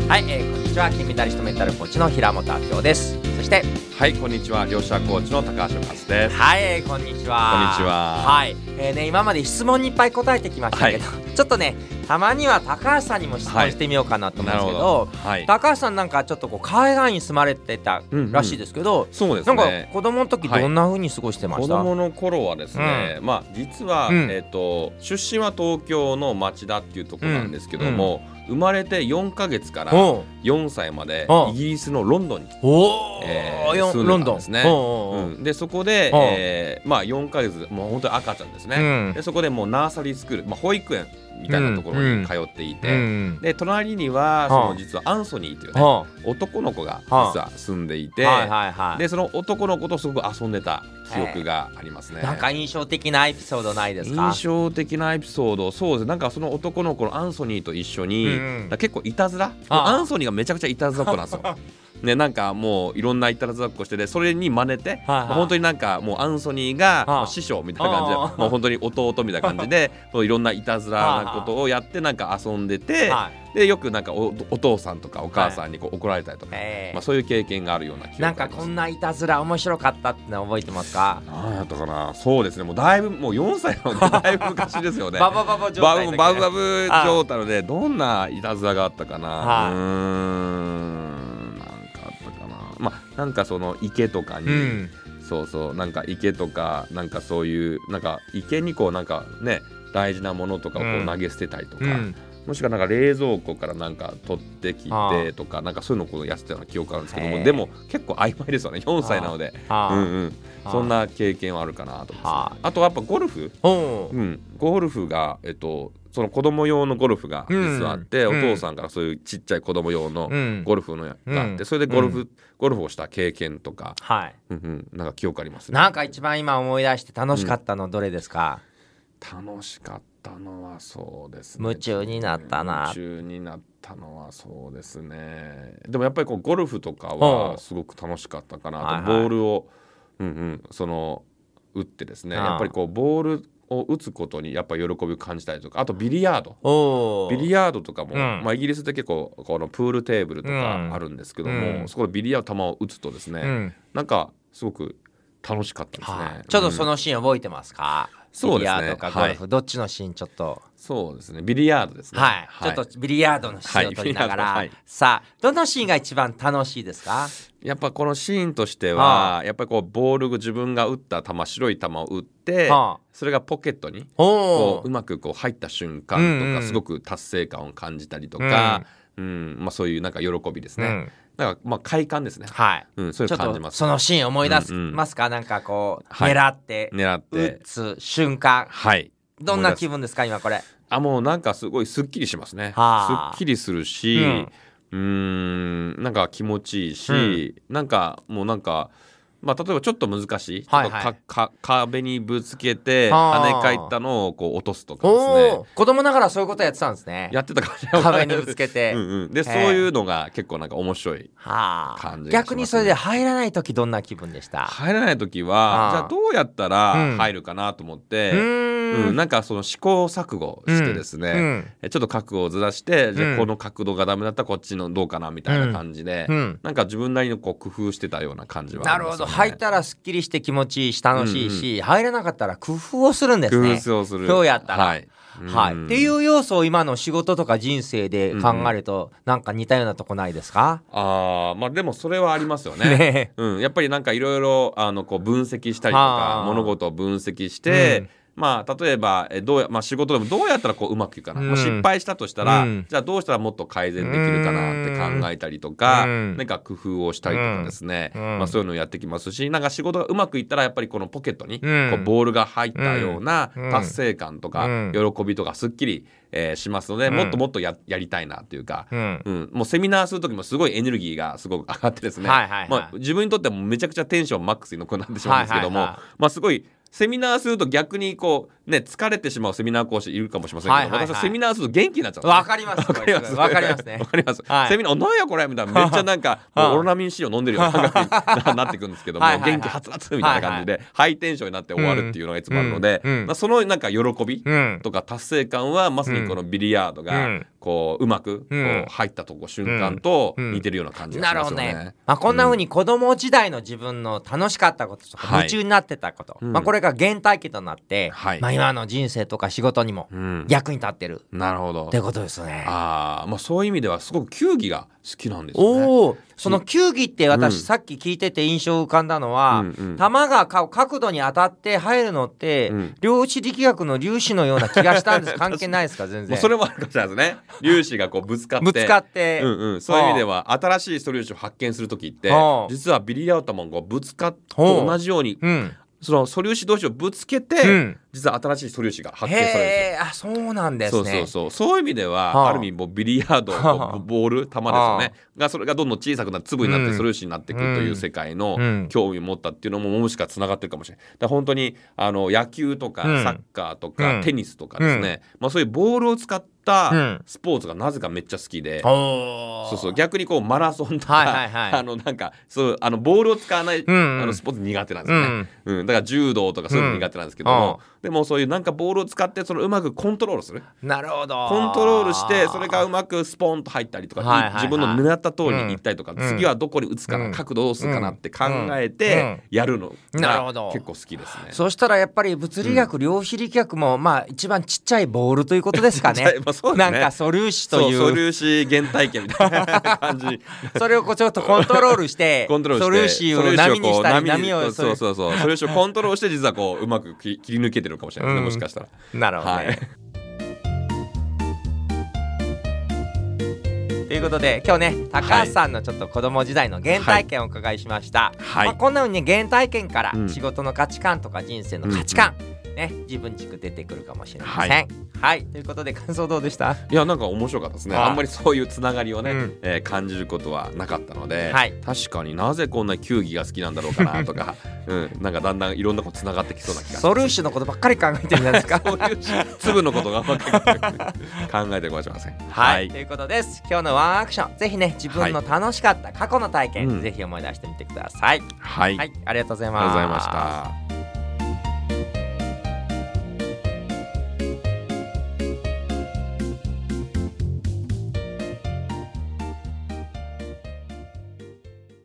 はい、こんにちは。金メダリストメンタルコーチの平本明夫です。そしてはい、こんにちは。両者コーチの高橋和です。 はい、こんにちは。 こんにちは。 はい、今まで質問にいっぱい答えてきましたけど、ちょっとねたまには高橋さんにも質問してみようかなと思うんですけど、高橋さんなんかちょっとこう海外に住まれてたらしいですけど、 そうですね。 なんか子供の時どんな風に過ごしてました？ 子供の頃はですね、実は、出身は東京の町田っていうところなんですけども、生まれて4ヶ月から4歳までイギリスのロンドンに住んでたんですね。でそこで、4ヶ月もう本当に赤ちゃんですね。でそこでもうナーサリースクール、保育園みたいなところに通っていて、で隣にはその実はアンソニーというね、男の子が実は住んでいて、でその男の子とすごく遊んでた記憶がありますね。 なんか印象的なエピソードないですか？ 印象的なエピソード、そうです。なんかその男の子のアンソニーと一緒に、結構いたずら、アンソニーがめちゃくちゃいたずらっ子なんですよ。ね、なんかもういろんないたずらっ子してて、それに真似て、本当になんかもうアンソニーが師匠みたいな感じで、もう本当に弟みたいな感じでいろんないたずらなことをやってなんか遊んでて、でよくなんか お父さんとかお母さんにこう怒られたりとか、そういう経験があるような記憶があります。 なんかこんないたずら面白かったっての覚えてますか？ 何やったかな。そうですね、もうだいぶもう4歳なのでだいぶ昔ですよね。 バブバブ状態なので、どんないたずらがあったかな。なんかその池とかに、なんか池とかなんかそういうなんか池にこうなんかね大事なものとかをこう投げ捨てたりとか、もしくはなんか冷蔵庫からなんか取ってきてとか、なんかそういうのをこうやってたような記憶あるんですけども、でも結構曖昧ですよね、4歳なので。そんな経験はあるかなと思います。あとはやっぱゴルフ、ゴルフがその子供用のゴルフが実はあって、お父さんからそういうちっちゃい子供用のゴルフのがあって、それでゴルフをした経験とか、なんか記憶ありますね。 なんか一番今思い出して楽しかったのどれですか？ 楽しかったのはそうですね、 夢中になったのはそうですね。でもやっぱりこうゴルフとかはすごく楽しかったかなと。ボールをその打ってですね、やっぱりこうボールを打つことにやっぱり喜びを感じたりとか、あとビリヤードとかも、イギリスって結構このプールテーブルとかあるんですけども、そこでビリヤード球を打つとですね、なんかすごく楽しかったですね。 ちょっとそのシーン覚えてますか？ そうですね、 ビリヤードかゴルフ、どっちのシーンちょっと。 そうですね、ビリヤードですね。 ちょっとビリヤードのシーンを撮りながら、さあどのシーンが一番楽しいですか？ やっぱこのシーンとしては、やっぱりこうボール自分が打った球、白い球を打って、それがポケットにこううまくこう入った瞬間とか、すごく達成感を感じたりとか、そういうなんか喜びですね。なんか快感ですね。そういう感じます。 ちょっとそのシーン思い出せますか？なんかこう狙って打つ瞬間、どんな気分ですか今これ？ もうなんかすごいすっきりしますね。すっきりするし、なんか気持ちいいし、なんかもうなんか例えばちょっと難しい、壁にぶつけて跳ね返ったのをこう落とすとかですね。 子供ながらそういうことやってたんですね。 やってた感じ。 壁にぶつけてでそういうのが結構なんか面白い感じがしますね。 逆にそれで入らない時どんな気分でした？ 入らない時はじゃあどうやったら入るかなと思って、なんかその試行錯誤してですね、ちょっと角度をずらして、じゃあこの角度がダメだったらこっちのどうかなみたいな感じで、なんか自分なりのこう工夫してたような感じはありますね。 なるほど。入ったらすっきりして気持ちいいし楽しいし、入らなかったら工夫をするんですね。 工夫をする。 今日やったら、っていう要素を今の仕事とか人生で考えると、なんか似たようなとこないですか？ でもそれはありますよね。やっぱりなんかいろいろこう分析したりとか、物事を分析して、例えば仕事でもどうやったらこううまくいくかな、失敗したとしたら、じゃあどうしたらもっと改善できるかなって考えたりとか、なんか工夫をしたりとかですね、そういうのをやってきますし、なんか仕事がうまくいったらやっぱりこのポケットにこうボールが入ったような達成感とか喜びとかすっきりしますので、もっともっと やりたいなっていうか、もうセミナーする時もすごいエネルギーがすごく上がってですね、自分にとってもめちゃくちゃテンションマックスになってしまうんですけども、すごいセミナーすると逆にこうね疲れてしまうセミナー講師いるかもしれませんけど、私はセミナーすると元気になっちゃう。 わかります。わかりますね。 わかります。セミナーなんやこれみたいな、めっちゃなんかもうオロナミン C を飲んでるような感じになっていくんですけども、元気はつらつみたいな感じでハイテンションになって終わるっていうのがいつもあるので、そのなんか喜びとか達成感はまさにこのビリヤードがこううまくこう入ったとこ瞬間と似てるような感じがしますよね。 なるほどね。こんな風に子供時代の自分の楽しかったこととか夢中になってたこと、これが原体験となって、今の人生とか仕事にも役に立ってる、 なるほどってことですね。 そういう意味ではすごく球技が好きなんですよね。 その球技って私さっき聞いてて印象浮かんだのは、球が角度に当たって入るのって、量子力学の粒子のような気がしたんです。関係ないですか？全然。 それもあるかもしれないですね。粒子がこうぶつかって、そういう意味では新しい素粒子を発見するときって実はビリヤード球がぶつかって同じように、その素粒子同士をぶつけて、実は新しい素粒子が発見されるんですよ。 そうなんですね。 そういう意味では、ある意味もうビリヤードボール球ですよねが、それがどんどん小さくなって粒になって素粒子になっていくという世界の興味を持ったっていうのももしかつながってるかもしれない。だから本当に野球とかサッカーとかテニスとかですね、そういうボールを使ったスポーツがなぜかめっちゃ好きで、逆にこうマラソンとかなんかそうボールを使わないスポーツ苦手なんですよね。だから柔道とかそういうの苦手なんですけども、でもそういうなんかボールを使ってそれをうまくコントロールする。 なるほど。 コントロールしてそれがうまくスポンと入ったりとか、自分の狙った通りに行ったりとか、次はどこに打つかな、角度どうするかなって考えてやるのが結構好きですね。 そしたらやっぱり物理学、量子力学も一番ちっちゃいボールということですかね。なんか素粒子という素粒子原体験みたいな感じ。 それをこうちょっとコントロールして素粒子を波にしたり波を素粒子をコントロールして実はこううまく切り抜けてるかもしれないですね、もしかしたら。 なるほどね。ということで今日ね高橋さんのちょっと子供時代の原体験をお伺いしました。こんな風にね原体験から仕事の価値観とか人生の価値観、自分軸出てくるかもしれません。ということで感想どうでした？ いやなんか面白かったですね。あんまりそういうつながりをね、感じることはなかったので、確かになぜこんな球技が好きなんだろうかなとか、なんかだんだんいろんなことつながってきそうな気がします。 素粒子のことばっかり考えてるんじゃないですか？ そういう粒のことが考えてごしません。 ということです。今日のワンアクションぜひね自分の楽しかった過去の体験、ぜひ思い出してみてください。ありがとうございます。 ありがとうございました。